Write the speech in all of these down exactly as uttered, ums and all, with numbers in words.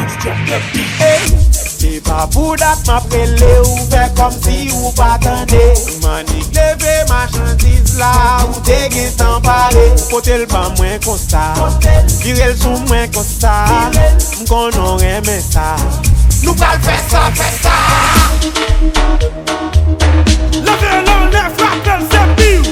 C'est pas pour dat m'a prélé ou fait comme si ou pas attendez. Manik leve marchandise là ou dégué sans parler. Côté le pas moins comme ça, virer le son moins comme ça. M'kon on aime ça. Nous pas faire ça, faire ça. Levez l'en l'air, frappez c'est pire.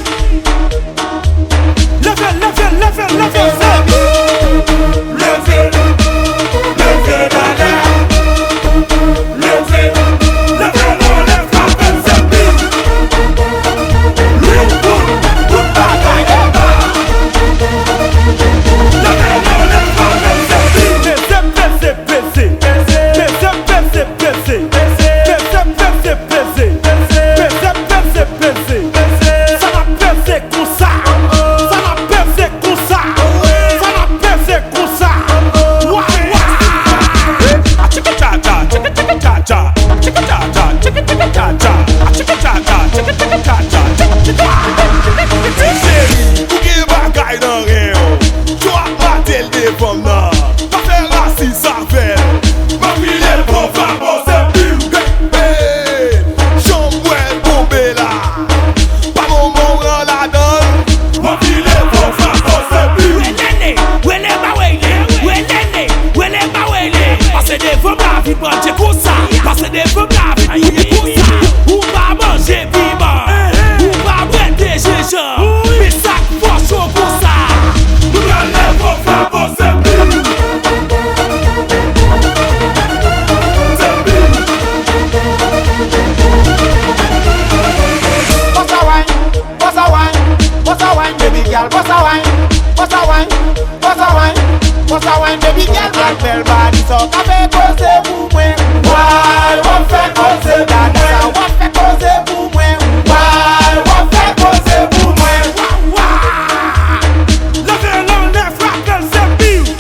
Levez, levez, levez, levez c'est pire. Levez, levez dans l'air. Levez, levez l'en l'air, frappez c'est pire. Look, look, look back à y'a. Levez l'en l'air, frappez c'est pire. Baissez, baissez, baissez. Baissez, baissez, baissez. Baissez, baissez, baissez. Baissez, baissez, baissez. Ça va baisser comme ça. Ça va baisser comme ça. Ça va baisser comme ça. Ouah, ouah. Chicka cha cha, chicka chicka cha cha. Chicka cha cha, chicka chicka cha cha. Chicka cha cha, chicka chicka cha cha. Chérie, ou gen bagay nan ren yo. Jou ap matel de fom nan. Pa fè rasi sa fèl. Ma file pou famo se pil. Hey, hey, jom mwen bombe la. Pa mon mon ran la don. Ma file pou famo se pil. Welele, wele ma wele. Welele, wele ma wele. Passe de fom la vi manje kon sa. Passe de fom la vi manje kon sa. Ou pa manje piment. Ou pa brete jejan. Me sak fòcho kon sa. Nou gale pou famo se pil. Se pil. Bossa wine, bossa wine, bossa wine, baby girl, bossa wine, bossa wine, bossa wine, bossa wine, baby girl, black bell body, so café cause pour moi. Why, what fait cause dada, what fait cause pour moi. Why, what fait cause pour moi. Levez l'en l'air, frappez c'est pire.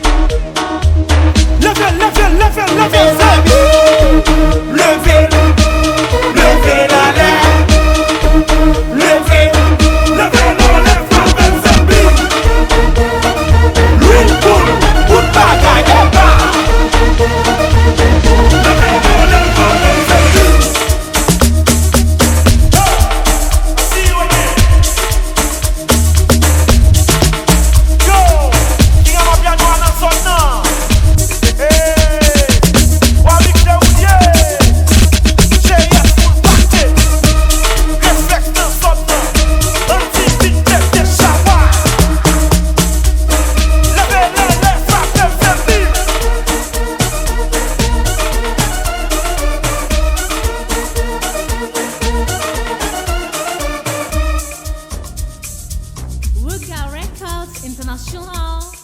Levez, levez, levez, levez c'est pire. Levez, levez la l'air, levez, Levez l'en l'air, frappez c'est pire. look, look, look back à y'a pas. Levez l'en l'air, frappez c'est pire. See you again. Yo, King of Piano and a son now. Hey, Wabik de Oudier. Che yes, full party. Respect the son now. Until the death de Shawa. Levez l'en l'air, frappez c'est pire. Ruka Records International.